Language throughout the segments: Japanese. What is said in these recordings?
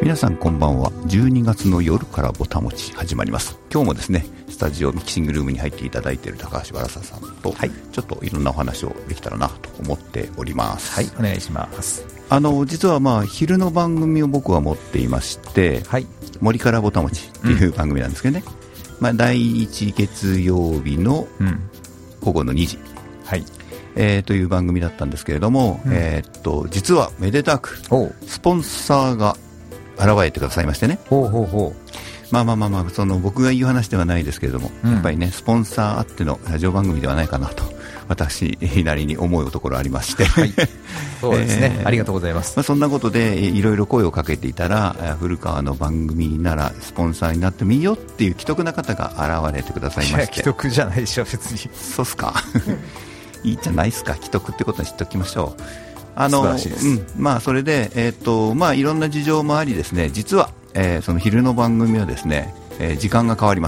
皆さんこんばんは。12月の夜からぼたもち始まります。今日もですね、スタジオミキシングルームに入っていただいている高橋原沢さんと、はい、ちょっといろんなお話をできたらなと思っております。 はい、お願いします。 実は昼の番組を僕は持っていまして、はい、森からぼたもちっていう番組なんですけどね、第1月曜日の午後の2時、はい、という番組だったんですけれども、実はめでたくスポンサーが現れてくださいましてね。その僕が言う話ではないですけれども、やっぱりね、スポンサーあってのラジオ番組ではないかなと私なりに思うところありまして、はい、 そうですね、ありがとうございます。 そんなことでいろいろ声をかけていたら、古川の番組ならスポンサーになってもいいよっていう既得な方が現れてくださいまして。 いや、既得じゃないでしょ別に。 そうっすかいいじゃないですか、既得ってことにしておきましょう。 素晴らしいです。 それで、いろんな事情もありですね、実は、その昼の番組はですね、時間が変わります。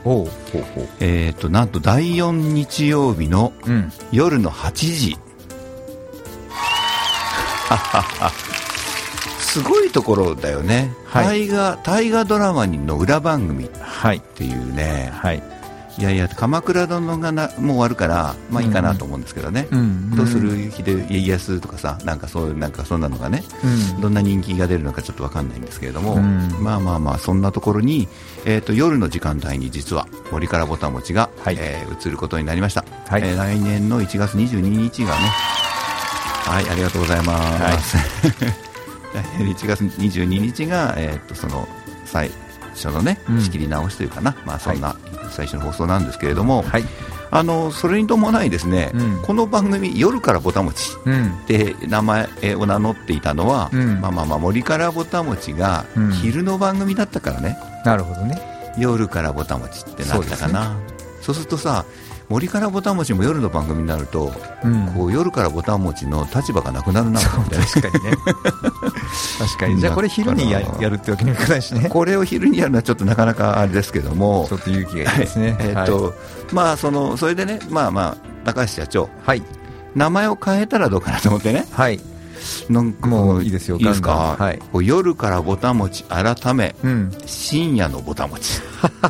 なんと第4日曜日の夜の8時、すごいところだよね、はい、大河ドラマの裏番組っていうね、はい、いやいや鎌倉殿がもう終わるからいいかなと思うんですけどね、どうする家康とかさ、なんかそんなのがね、どんな人気が出るのかちょっと分かんないんですけれども、そんなところに、夜の時間帯に実は森からぼたもちが、はい、移ることになりました、はい、来年の1月22日がね、はい、ありがとうございます、はい、来年1月22日が、その最初のね、仕切り直しというかな、そんな最初の放送なんですけれども、はい、それに伴いですね、この番組夜からぼたもちって名前を名乗っていたのは、森からぼたもちが昼の番組だったからね、 なるほどね、 夜からぼたもちってなったかな。そうするとさ、森からぼたもちも夜の番組になると、こう夜からぼたもちの立場がなくなるなと思って、 確かにね確かに。じゃあこれ昼にやるってわけにはいかないしね。 これを昼にやるのはちょっとなかなかあれですけども、 ちょっと勇気がいいですね。 それでね、高橋社長、はい、名前を変えたらどうかなと思ってね、はい、 なんかもういいですよ、 いいですか、はい、夜からぼたもち改め、深夜のぼたもち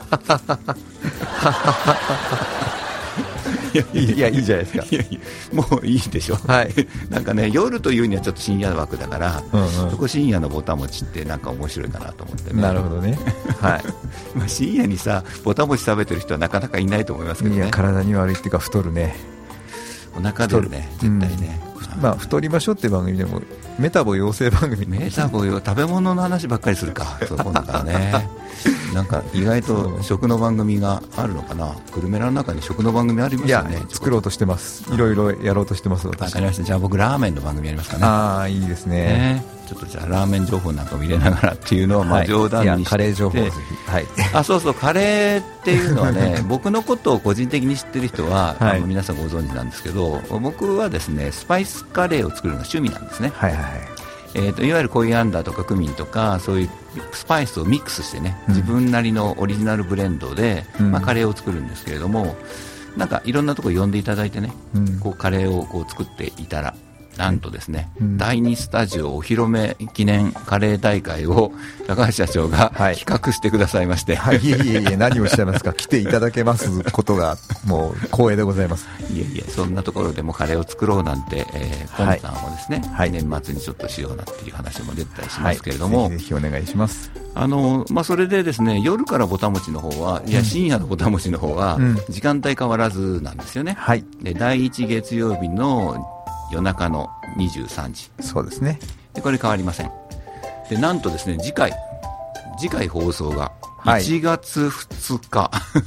いやいいじゃないですか。もういいでしょ、はい、なんかね、夜というにはちょっと深夜枠だから、そこ深夜のぼたもちってなんか面白いかなと思ってね。 なるほどね、はい、 深夜にさぼたもち食べてる人はなかなかいないと思いますけどね。 いや、体に悪いっていうか太るね、 お腹出るね、絶対ね、 太りましょうっていう番組でもメタボ養成番組、 食べ物の話ばっかりするかそう今度からねなんか意外と食の番組があるのかな。グルメラの中に食の番組ありますよね。 いや、作ろうとしてます。いろいろやろうとしてます。 わかりました。じゃあ僕ラーメンの番組やりますかね。 ああ、いいですね。 ちょっとじゃあラーメン情報なんかも入れながらっていうのは冗談にして、 カレー情報ぜひ、はい、 そうそう、カレーっていうのはね僕のことを個人的に知ってる人は、皆さんご存知なんですけど、僕はですねスパイスカレーを作るのが趣味なんですね。はいはい、いわゆるコリアンダーとかクミンとかそういうスパイスをミックスしてね、自分なりのオリジナルブレンドで、カレーを作るんですけれども、なんかいろんなところ呼んでいただいてね、こうカレーをこう作っていたら、なんとですね、第2スタジオお披露目記念カレー大会を高橋社長が企画してくださいまして、 いえ何をおっしゃいますか来ていただけますことがもう光栄でございます。 いえそんなところでもカレーを作ろうなんて、コンタンをですね、年末にちょっとしようなっていう話も出てたりしますけれども、 ぜひお願いします。 それでですね、夜からぼたもちの方は、深夜のぼたもちの方は時間帯変わらずなんですよね。で第1月曜日の夜中の23時、 そうですね、 でこれ変わりません。でなんとですね、次回放送が1月2日、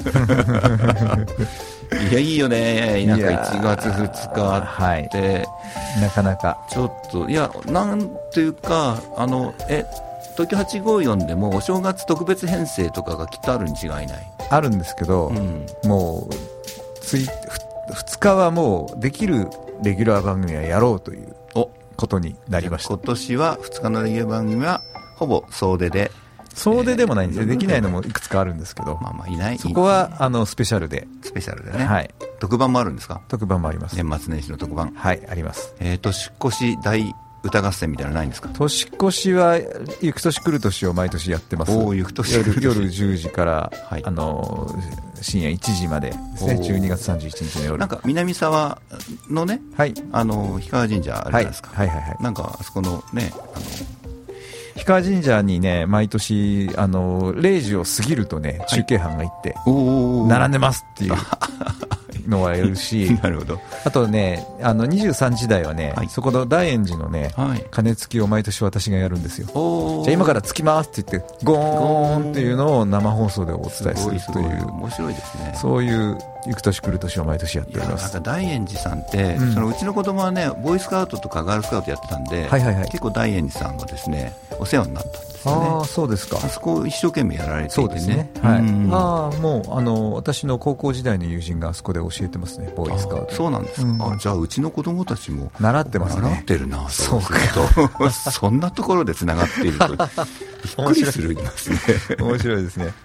いやいいよね、なんか1月2日って、 なかなかちょっと、いやなんというか、東京854でもお正月特別編成とかがきっとあるに違いない。 あるんですけど、もう2日はもうできるレギュラー番組はやろうということになりました。 今年は2日のレギュラー番組はほぼ総出で、 総出でもないんですよ、できないのもいくつかあるんですけど、 いない、 そこはスペシャルでね、はい、特番もあるんですか。 特番もあります。 年末年始の特番、 はい、あります。 年越し大歌合戦みたいなのないんですか？ 年越しはゆく年来る年を毎年やってます。 ゆく年来る年夜10時から、はい、深夜1時までですね。12月31日の夜。 なんか南沢のね、はい、氷川神社あるじゃないですか、 はいはいはいはい、 なんかあそこのね、 氷川神社にね、毎年0時を過ぎるとね、中継班が行って、並んでますっていうのはやるしなるほど。 あとね、23時台はね、はい、そこの大円寺のね、はい、鐘つきを毎年私がやるんですよ。じゃあ今からつきますって言って、ゴーンっていうのを生放送でお伝えするという、 面白いですね。 そういうゆく年来る年を毎年やっております。 なんか大円寺さんって、うちの子供はね、ボーイスカウトとかガールスカウトやってたんで、 はいはいはい、 結構大円寺さんがですね、お世話になったんですよね。 ああ、そうですか。 あそこを一生懸命やられていてね。 そうですね。はい。もう私の高校時代の友人があそこで教えてますね、ボーイスカウト。 そうなんですか。じゃあうちの子供たちも習ってますね。 習ってるな。 そうか。 そんなところでつながっているとびっくりするんですね。 面白いですね。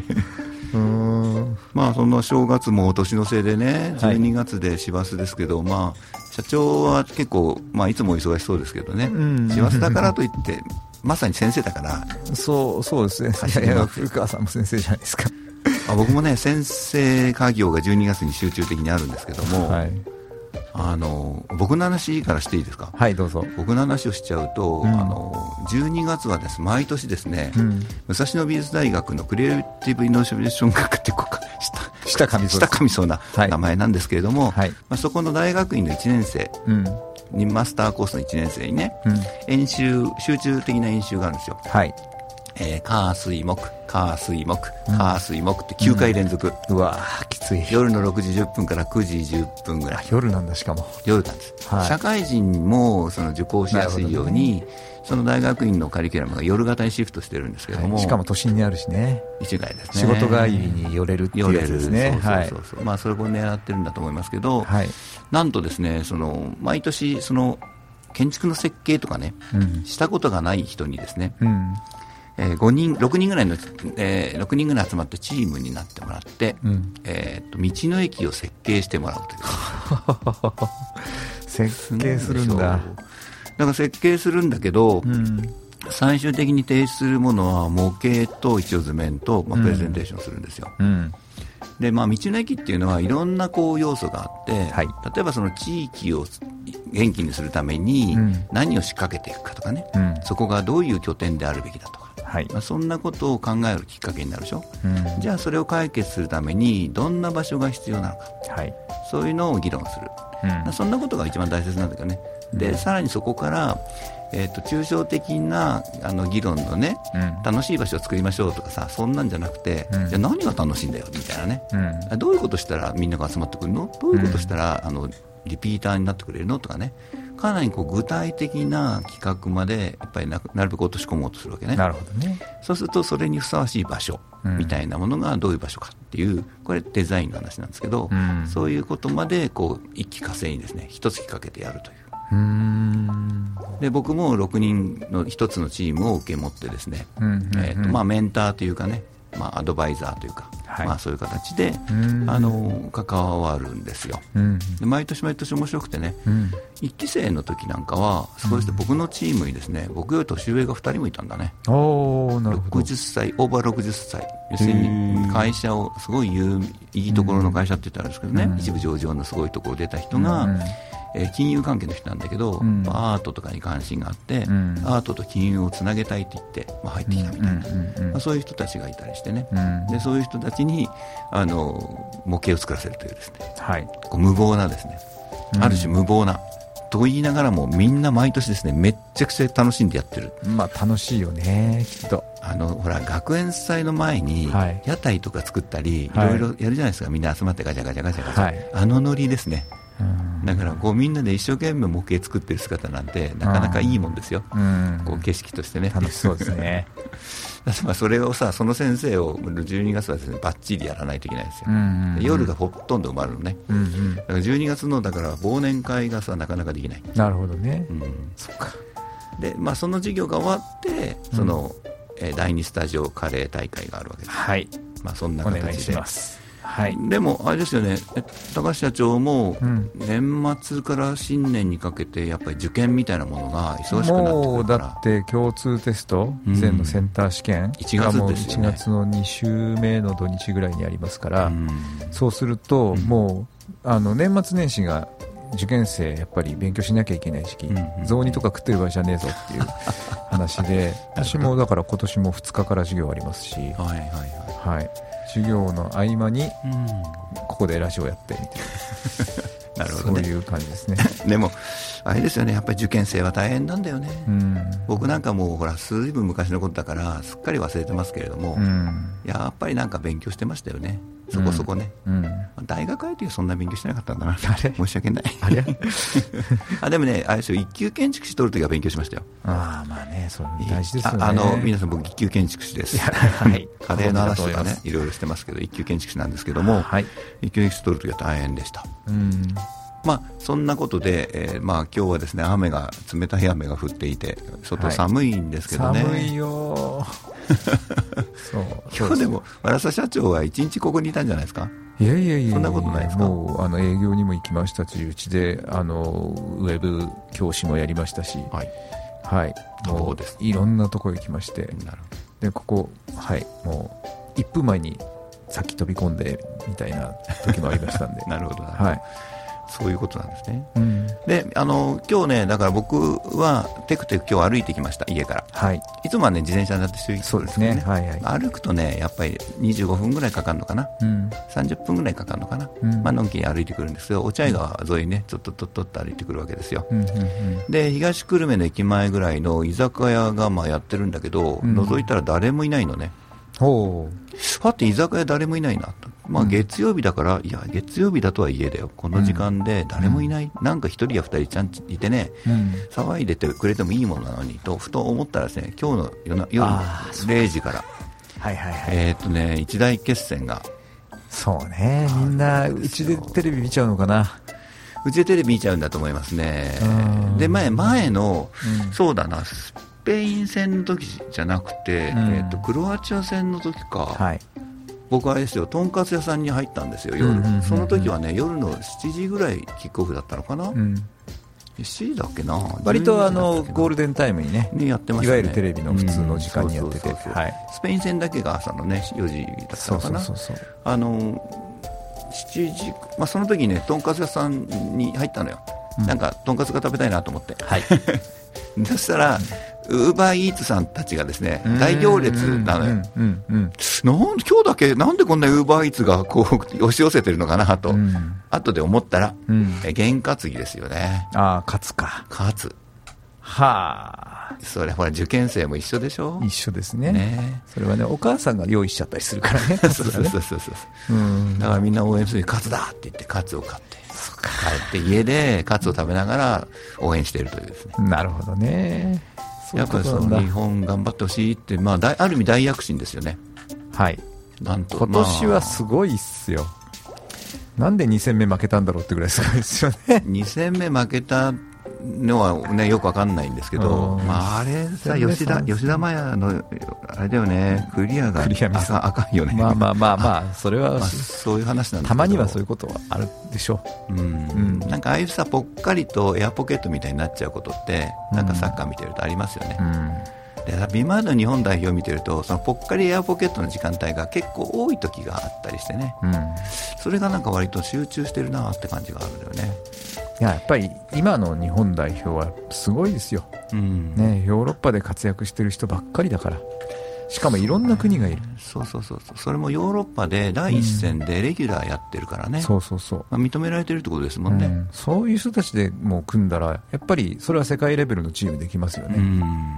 まあそんな正月も年のせいでね、12月で師走ですけど、まあ社長は結構、まあいつも忙しそうですけどね、師走だからといってまさに先生だから。 そうですね。いや古川さんも先生じゃないですか。 僕もね、先生家業が12月に集中的にあるんですけども、はい、僕の話からしていいですか？ はい、どうぞ。 僕の話をしちゃうと、12月はです毎年ですね、武蔵野美術大学のクリエイティブイノベーション学って下噛みそうな名前なんですけれども、はい、そこの大学院の1年生に、マスターコースの1年生にね、集中的な演習があるんですよ。はい。火水木って9回連続、 うわーきつい。 夜の6時10分から9時10分ぐらい。 夜なんだ。しかも夜なんです、はい、社会人もその受講しやすいように、その大学院のカリキュラムが夜型にシフトしてるんですけども、 はい、しかも都心にあるしね、 一概ですね。 仕事帰りに寄れるっていうやつですね。 そう、まあそれを狙ってるんだと思いますけど、はい、なんとですね、毎年建築の設計とかね、したことがない人にですね、6人ぐらい集まってチームになってもらって、道の駅を設計してもらうという設計するんだ。 だから設計するんだけど、最終的に提出するものは模型と一応図面と、プレゼンテーションするんですよ。で、道の駅っていうのはいろんな要素があって、はい、例えばその地域を元気にするために何を仕掛けていくかとかね、そこがどういう拠点であるべきだとか、はい、そんなことを考えるきっかけになるでしょ。じゃあそれを解決するためにどんな場所が必要なのか、はい、そういうのを議論する、そんなことが一番大切なんだけどね。でさらにそこから、抽象的な議論のね、楽しい場所を作りましょうとかさ、そんなんじゃなくて、じゃあ何が楽しいんだよみたいなね、どういうことしたらみんなが集まってくるの、どういうことしたらリピーターになってくれるのとかね、かなり具体的な企画までやっぱりなるべく落とし込もうとするわけね。 なるほどね。 そうするとそれにふさわしい場所みたいなものがどういう場所かっていう、これデザインの話なんですけど、そういうことまで一気呵成にですね、一月かけてやるという。で僕も6人の一つのチームを受け持ってですね、メンターというかね、アドバイザーというか、はい、そういう形で関わるんですよ。で毎年毎年面白くてね、1期生の時なんかは少しで僕のチームにですね、僕より年上が2人もいたんだね。なるほど。60歳オーバー60歳、要するに会社をすごいいいところの会社って言ったらあるんですけどね、一部上場のすごいところ出た人が、金融関係の人なんだけど、アートとかに関心があって、アートと金融をつなげたいって言って、入ってきたみたいな、そういう人たちがいたりしてね、でそういう人たちに模型を作らせるというですね、はい、無謀なですね、ある種無謀なと言いながらも、みんな毎年ですね、めっちゃくちゃ楽しんでやってる。 楽しいよね、きっと。 ほら学園祭の前に屋台とか作ったり、いろいろやるじゃないですか、みんな集まってガチャガチャガチャガチャ、ノリですね。だからみんなで一生懸命模型作ってる姿なんてなかなかいいもんですよ、景色としてね。 楽しそうですね。 それをさ、その先生を12月はですね、バッチリやらないといけないんですよ。夜がほとんど埋まるのね。だから12月の忘年会がさ、なかなかできない。 なるほどね。そっか。 で、その授業が終わってその、第2スタジオカレー大会があるわけです。 はい。 そんな形でお願いします。 はい、 でもあれですよね、高橋社長も年末から新年にかけてやっぱり受験みたいなものが忙しくなってくるから、 もうだって共通テスト前のセンター試験がもう1月の2週目の土日ぐらいにありますから、そうするともう年末年始が受験生やっぱり勉強しなきゃいけない時期、雑煮とか食ってる場合じゃねえぞっていう話で私もだから今年も2日から授業ありますし、授業の合間にここでラジオやってみたいななるほど、ね、そういう感じですねでもあれですよね、やっぱり受験生は大変なんだよね、僕なんかもうほら随分昔のことだからすっかり忘れてますけれども、やっぱりなんか勉強してましたよね、そこそこね、大学入ってそんな勉強してなかったんだな、申し訳ないでもね、あれですよ、一級建築士取るときは勉強しましたよ。 まあね、それ大事ですよね。 皆さん、僕一級建築士ですカレーの話とかねいろいろしてますけど、一級建築士なんですけども、一級建築士取るときは大変でした。そんなことで、今日はですね、冷たい雨が降っていて外寒いんですけどね、 寒いよ今日でも原沢社長は一日ここにいたんじゃないですか。 いやそんなことないですか。 もう営業にも行きましたし、うちでウェブ教師もやりましたし、もういろんなところ行きまして、でここ、もう1分前にさっき飛び込んでみたいな時もありましたんでなるほど、そういうことなんですね、で今日ね、だから僕はテクテク今日歩いてきました、家から、いつもはね自転車になって一緒に行くんですけどね、歩くとねやっぱり25分ぐらいかかるのかな、30分ぐらいかかるのかな、のんきに歩いてくるんですけど、落合川沿いねちょっとと歩いてくるわけですよ、で東久留米の駅前ぐらいの居酒屋がやってるんだけど、覗いたら誰もいないのね。はって居酒屋誰もいないなと、月曜日だから、いや月曜日だとはいえだよ、この時間で誰もいない、なんか1人や2人ちゃんといてね、騒いでてくれてもいいものなのにとふと思ったらですね、今日の夜0時から一大決戦が、 そうね、みんなうちでテレビ見ちゃうのかな。 うちでテレビ見ちゃうんだと思いますね。で前の、そうだな、スペイン戦の時じゃなくて、クロアチア戦の時か、僕はあれですよ、とんかつ屋さんに入ったんですよ、夜、その時はね夜の7時ぐらいキックオフだったのかな、7時だっけな、 割とゴールデンタイムにね、 やってましたね、 いわゆるテレビの普通の時間にやってて、 スペイン戦だけが朝のね4時だったのかな、7時、その時ねとんかつ屋さんに入ったのよ、なんかとんかつが食べたいなと思って、そしたらウーバーイーツさんたちがですね大行列なのよ、今日だけなんでこんなウーバーイーツがこう押し寄せてるのかなと、後で思ったら、験担ぎですよね。 勝つか、 勝つ、 それほら受験生も一緒でしょ。 一緒ですね。それはね、お母さんが用意しちゃったりするからねそうだからみんな応援するにカツだって言ってカツを買って帰って家でカツを食べながら応援しているというですね。 なるほどね。 やっぱりその日本頑張ってほしいって、ある意味大躍進ですよね。 なんと今年はすごいっすよ。なんで2戦目負けたんだろうってぐらいすごいですよね。 2戦目負けたのは、ね、よくわかんないんですけど、あれさ、吉田麻也のあれだよね、クリアが赤いよね。 それはそういう話なんですけど、 たまにはそういうことはあるでしょう。 なんかああいうさ、ぽっかりとエアポケットみたいになっちゃうことってなんかサッカー見てるとありますよね。で今までの日本代表を見てると、そのぽっかりエアポケットの時間帯が結構多い時があったりしてね、それがなんか割と集中してるなって感じがあるんだよね。 やっぱり今の日本代表はすごいですよ、ヨーロッパで活躍してる人ばっかりだから、しかもいろんな国がいる。 それもヨーロッパで第一線でレギュラーやってるからね、認められてるってことですもんね、 そういう人たちでもう組んだらやっぱりそれは世界レベルのチームできますよね。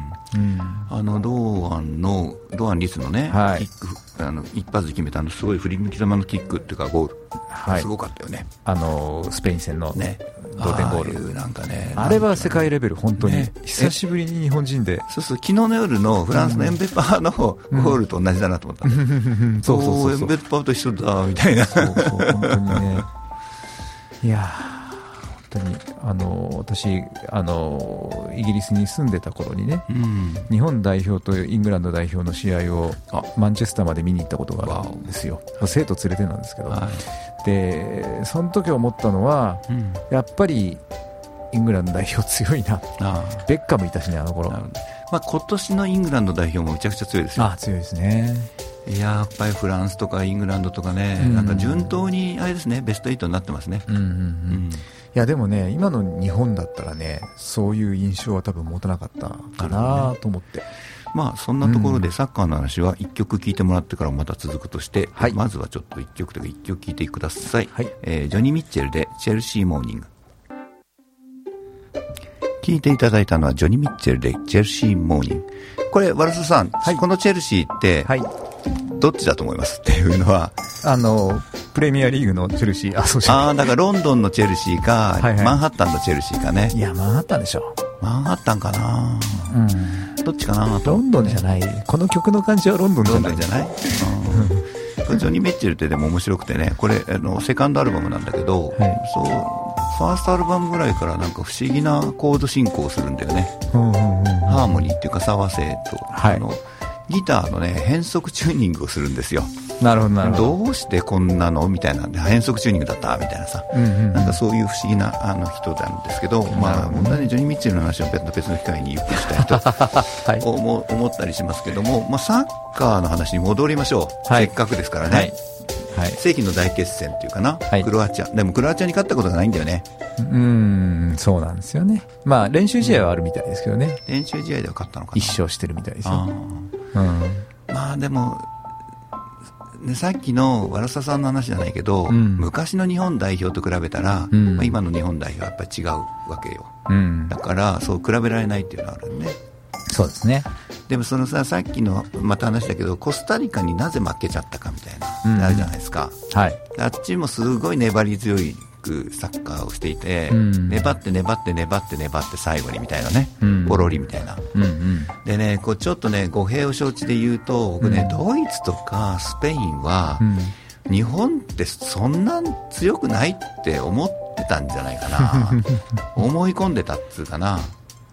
堂安律のね、キック一発で決めたすごい振り向きざまのキックっていうかゴール、すごかったよね。 スペイン戦の同点ゴールなんかね、 あれは世界レベル、本当に久しぶりに日本人で、 昨日の夜のフランスのエンベパーのゴールと同じだなと思った、エンベパーと一緒だみたいな。 本当にね、いや当に私イギリスに住んでた頃にね、日本代表とイングランド代表の試合をマンチェスターまで見に行ったことがあるんですよ。生徒連れてなんですけど、でその時思ったのは、やっぱりイングランド代表強いな。ベッカムいたしね、あの頃。 今年のイングランド代表もめちゃくちゃ強いですよ。 強いですね。 やっぱりフランスとかイングランドとかね、なんか順当にあれですね、ベスト8になってますね。 いやでもね、今の日本だったらね、そういう印象は多分持たなかったかなと思って、 そんなところでサッカーの話は1曲聴いてもらってからまた続くとして、まずはちょっと1曲というか1曲聴いてください。ジョニー・ミッチェルでチェルシーモーニング。聴いていただいたのはジョニー・ミッチェルでチェルシーモーニング。これ、ワルスさん、このチェルシーって、どっちだと思いますっていうのは、 プレミアリーグのチェルシー、 だからロンドンのチェルシーか、マンハッタンのチェルシーかね。 いや、マンハッタンでしょ。 マンハッタンかな、どっちかなと。 ロンドンじゃない。この曲の感じはロンドンじゃない。 ジョニー・ミッチェルってでも面白くてね、これセカンドアルバムなんだけど、ファーストアルバムぐらいからなんか不思議なコード進行をするんだよね。ハーモニーっていうか差和声と、ギターのね変則チューニングをするんですよ。 なるほどなるほど。 どうしてこんなのみたいなんで変則チューニングだったみたいなさ、なんかそういう不思議な人なんですけど、本当にジョニー・ミッチェルの話は別の機会にゆっくりしたいと思ったりしますけども、サッカーの話に戻りましょう。せっかくですからね。世紀の大決戦っていうかな、クロアチア。でもクロアチアに勝ったことがないんだよね。 そうなんですよね。練習試合はあるみたいですけどね。 練習試合では勝ったのかな。 1勝してるみたいですよ。 でもね、さっきのワラサさんの話じゃないけど、昔の日本代表と比べたら、今の日本代表はやっぱり違うわけよ。だからそう比べられないっていうのはあるね。 そうですね。 でもそのさっきのまた話だけど、コスタリカになぜ負けちゃったかみたいな、あるじゃないですか。あっちもすごい粘り強いサッカーをしていて、粘って最後にみたいなね、ポロリみたいな、でね、ちょっとね語弊を承知で言うと、僕ね、ドイツとかスペインは、日本ってそんな強くないって思ってたんじゃないかな思い込んでたっつうかな。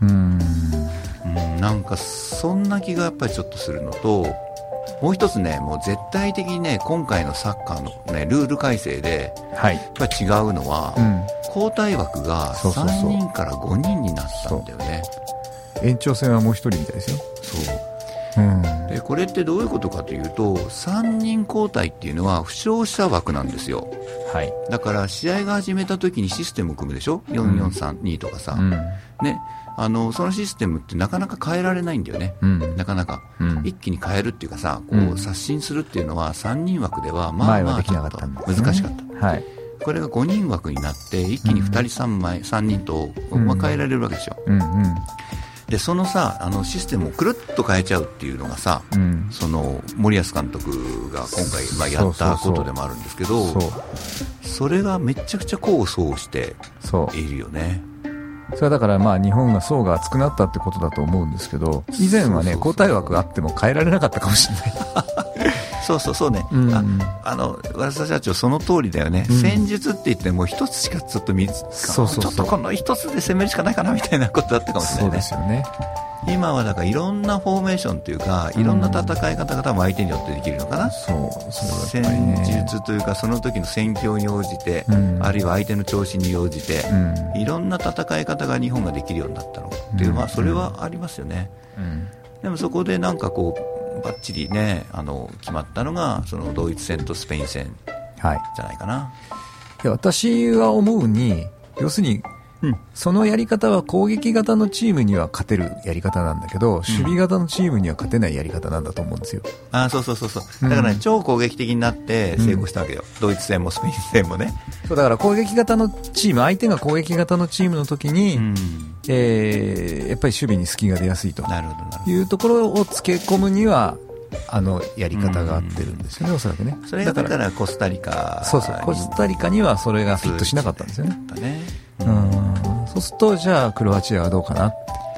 なんかそんな気がやっぱりちょっとするのと、もう一つね、もう絶対的にね、今回のサッカーの、ね、ルール改正で、やっぱり違うのは、交代枠が3人から5人になったんだよね。 延長戦はもう1人みたいですよ。 でこれってどういうことかというと、3人交代っていうのは負傷者枠なんですよ。だから試合が始めた時にシステムを組むでしょ、4-4-3-2とかさ、ね、そのシステムってなかなか変えられないんだよね。なかなか、一気に変えるっていうかさ、刷新するっていうのは3人枠では前はできなかったんですね。 難しかった。これが5人枠になって一気に2人3人と、変えられるわけでしょ。でそのさシステムをくるっと変えちゃうっていうのがさ、その森保監督が今回、やったことでもあるんですけど、それがめちゃくちゃ功を奏しているよね。 それはだから日本が層が厚くなったってことだと思うんですけど、以前はね交代枠があっても変えられなかったかもしれないそうね、和田社長その通りだよね。戦術って言っても一つしかちょっとちょっとこの一つで攻めるしかないかなみたいなことだったかもしれないね。 そうですよね。 今はだからいろんなフォーメーションというか、いろんな戦い方が多分相手によってできるのかな。戦術というかその時の戦況に応じて、あるいは相手の調子に応じて、いろんな戦い方が日本ができるようになったのっていうのは、それはありますよね。でもそこでなんかバッチリね決まったのがそのドイツ戦とスペイン戦じゃないかな。 いや私は思うに、要するにそのやり方は攻撃型のチームには勝てるやり方なんだけど、守備型のチームには勝てないやり方なんだと思うんですよ。 そうだからね、超攻撃的になって成功したわけよ、ドイツ戦もスペイン戦もね。 そうだから攻撃型のチーム、相手が攻撃型のチームの時に、やっぱり守備に隙が出やすいというところをつけ込むにはやり方が合ってるんですよね、おそらくね。 それがだからコスタリカコスタリカにはそれがフィットしなかったんですよね。そうするとじゃあクロアチアはどうかな。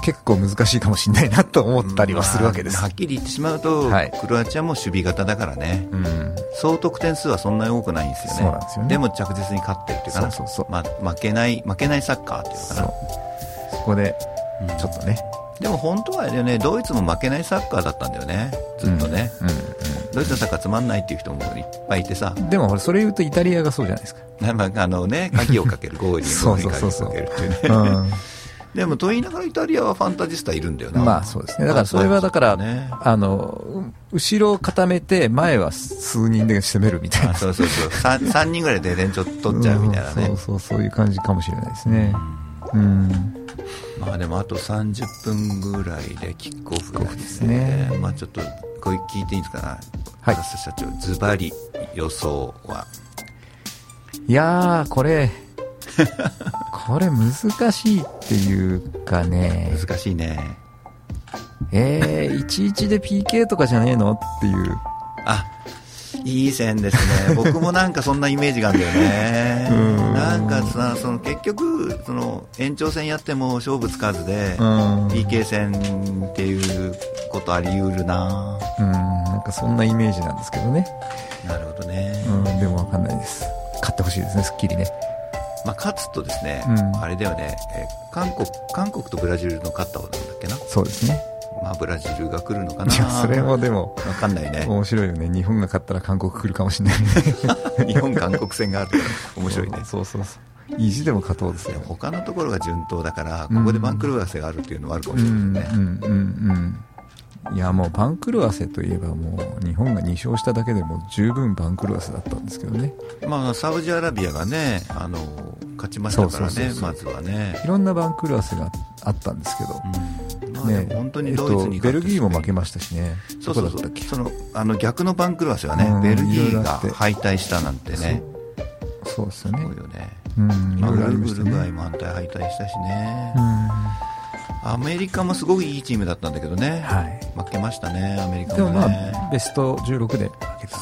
結構難しいかもしれないなと思ったりはするわけです。 はっきり言ってしまうと、クロアチアも守備型だからね、総得点数はそんなに多くないんですよね。 そうなんですよね。 でも着実に勝ってるっていうかな、負けないサッカーっていうかな。 そこでちょっとね、 でも本当はね、ドイツも負けないサッカーだったんだよね、ずっとね。ドイツのサッカーつまんないっていう人もいっぱいいてさ。 でもそれ言うとイタリアがそうじゃないですか。 鍵をかける、ゴールに鍵をかけるっていうね。でもと言いながらイタリアはファンタジスタいるんだよな。 まあそうですね。だからそれはだから、後ろを固めて前は数人で攻めるみたいな。 そう3人ぐらいで連長取っちゃうみたいなね。 そういう感じかもしれないですね。 まあでもあと30分ぐらいでキックオフなんですね。まあちょっとこれ聞いていいですかな。はい。社長、ズバリ予想は。 いやー、これ難しいっていうかね。 難しいね。 1-1で PK とかじゃねえのっていう。 いい線ですね。僕もなんかそんなイメージがあるんだよね。なんかさ、結局延長戦やっても勝負つかずで PK 戦っていうことあり得るな。 なんかそんなイメージなんですけどね。 なるほどね。 でも分かんないです。勝ってほしいですね、すっきりね。 勝つとですね、あれだよね、韓国とブラジルの勝った方なんだっけな。 そうですね。 ブラジルが来るのかな。 いや、それもでも分かんないね。 面白いよね。日本が勝ったら韓国来るかもしれない日本韓国戦があるから面白いね。 そう意地でも勝とうですよ。 他のところが順当だからここで番狂わせがあるっていうのはあるかもしれないですね。 いや、もう番狂わせといえばもう日本が2勝しただけでも十分番狂わせだったんですけどね。 サウジアラビアがね勝ちましたからね。まずはね、 いろんな番狂わせがあったんですけど、 本当にドイツにベルギーも負けましたしね。 逆の番狂わせはね、ベルギーが敗退したなんてね。 そうですよね。 そうよね。ウルグアイも反対敗退したしね。アメリカもすごくいいチームだったんだけどね、負けましたね、アメリカもね。 でもベスト16で負けた。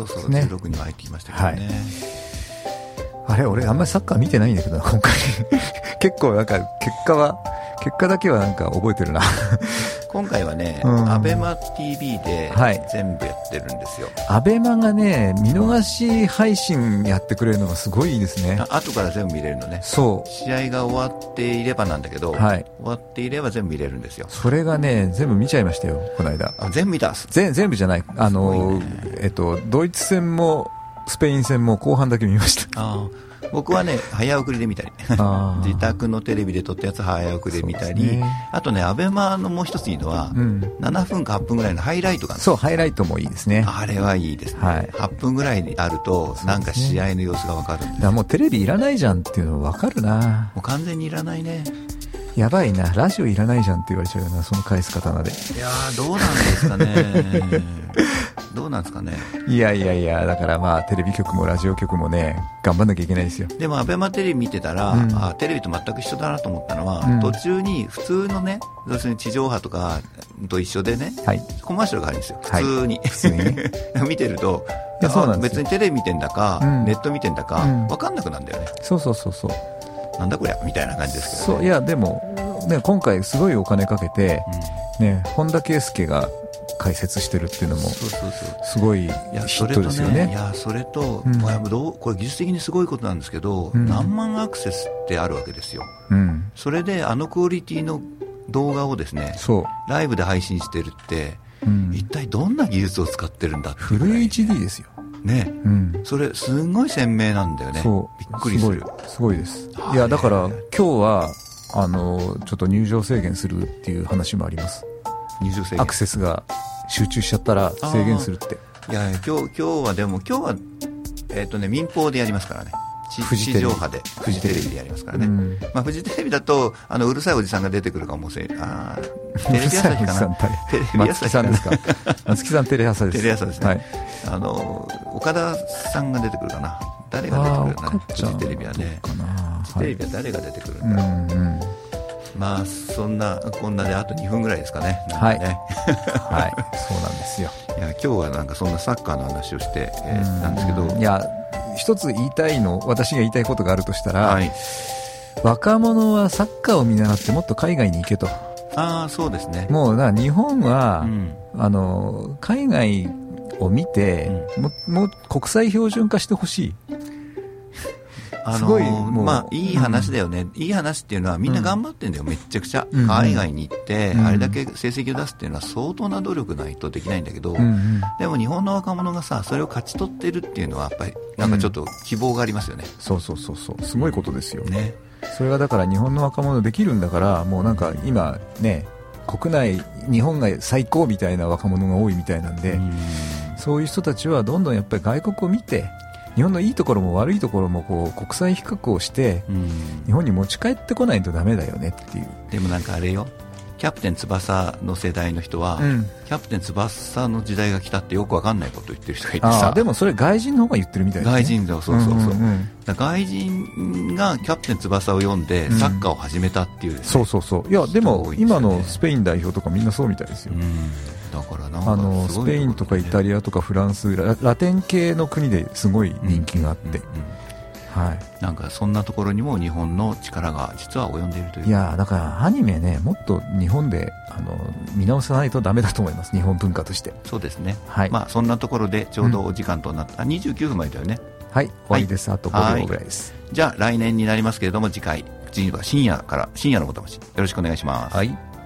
16には入ってきましたけどね。 あれ、俺あんまりサッカー見てないんだけど今回結構なんか結果だけはなんか覚えてるな今回はね、アベマ TV で全部やってるんですよ。 アベマがね、見逃し配信やってくれるのがすごいいいですね。 後から全部見れるのね。 そう。 試合が終わっていればなんだけど、終わっていれば全部見れるんですよ。 それがね、全部見ちゃいましたよ、この間。 全部見た？ 全部じゃない。ドイツ戦もスペイン戦も後半だけ見ました。 僕はね、早送りで見たり自宅のテレビで撮ったやつ早送りで見たり、あとね、アベマのもう一ついいのは、7分か8分ぐらいのハイライトがある。 そう、ハイライトもいいですね。 あれはいいですね。8分ぐらいあるとなんか試合の様子が分かるんです。 もうテレビいらないじゃんっていうの分かるな。 もう完全にいらないね。 やばいな、ラジオいらないじゃんって言われちゃうよな、その返す刀で。 いやー、どうなんですかねどうなんですかね。 いや、だからテレビ局もラジオ局もね、頑張んなきゃいけないですよ。 でもアベマテレビ見てたら、テレビと全く一緒だなと思ったのは、途中に普通のね、要するに地上波とかと一緒でね、コマーシャルがあるんですよ、普通に、見てると、別にテレビ見てんだか、ネット見てんだか、分かんなくなるんだよね。 そうなんだこりゃみたいな感じですけどね。 いやでも、ね、今回すごいお金かけて、本田圭佑が解説してるっていうのもすごいヒットですよね。 いや、それと、これ技術的にすごいことなんですけど、何万アクセスってあるわけですよ。それでクオリティの動画をですね、ライブで配信してるって、一体どんな技術を使ってるんだって。 フル HD ですよね。それすごい鮮明なんだよね。びっくりする。 すごいです。いや、だから今日はちょっと入場制限するっていう話もあります。 入場制限、 アクセスが集中しちゃったら制限するって。 いや、今日は民放でやりますからね。地上波でフジテレビでやりますからね。フジテレビだとうるさいおじさんが出てくるかもしれない。テレビ朝日かな。テレビ朝日さんですか。松木さんテレ朝です。 テレ朝ですね。岡田さんが出てくるかな。誰が出てくるかな。フジテレビはね。フジテレビは誰が出てくるんだろう。そんなこんなであと2分ぐらいですかね。 はい、そうなんですよ。 いや、今日はなんかそんなサッカーの話をしてなんですけど、 いや、一つ私が言いたいことがあるとしたら、若者はサッカーを見習ってもっと海外に行けと。 そうですね。 もう日本は、海外を見て、もう国際標準化してほしい。すごいいい話だよね、いい話っていうのはみんな頑張ってんだよ、めっちゃくちゃ、海外に行って、あれだけ成績を出すっていうのは相当な努力ないとできないんだけど、でも日本の若者がさ、それを勝ち取ってるっていうのはやっぱりなんかちょっと希望がありますよね。 そうすごいことですよね。それがだから日本の若者できるんだから、もうなんか今ね、国内日本が最高みたいな若者が多いみたいなんで、そういう人たちはどんどんやっぱり外国を見て、日本のいいところも悪いところも国際比較をして、日本に持ち帰ってこないとダメだよねっていう。 でもなんかあれよ、キャプテン翼の世代の人は、キャプテン翼の時代が来たってよく分かんないことを言ってる人がいてさ。 でもそれ外人の方が言ってるみたいですね。 外人だ、そう、外人がキャプテン翼を読んでサッカーを始めたっていうですね、 いやでも今のスペイン代表とかみんなそうみたいですよ。 だからなんかスペインとかイタリアとかフランス、ラテン系の国ですごい人気があって、 なんかそんなところにも日本の力が実は及んでいるという。 いやだからアニメね、もっと日本で見直さないとダメだと思います、日本文化として。 そうですね、そんなところでちょうどお時間となった、29分前だよね。 はい、終わりです。あと5秒ぐらいです。 じゃあ来年になりますけれども、次回深夜のおたましよろしくお願いします。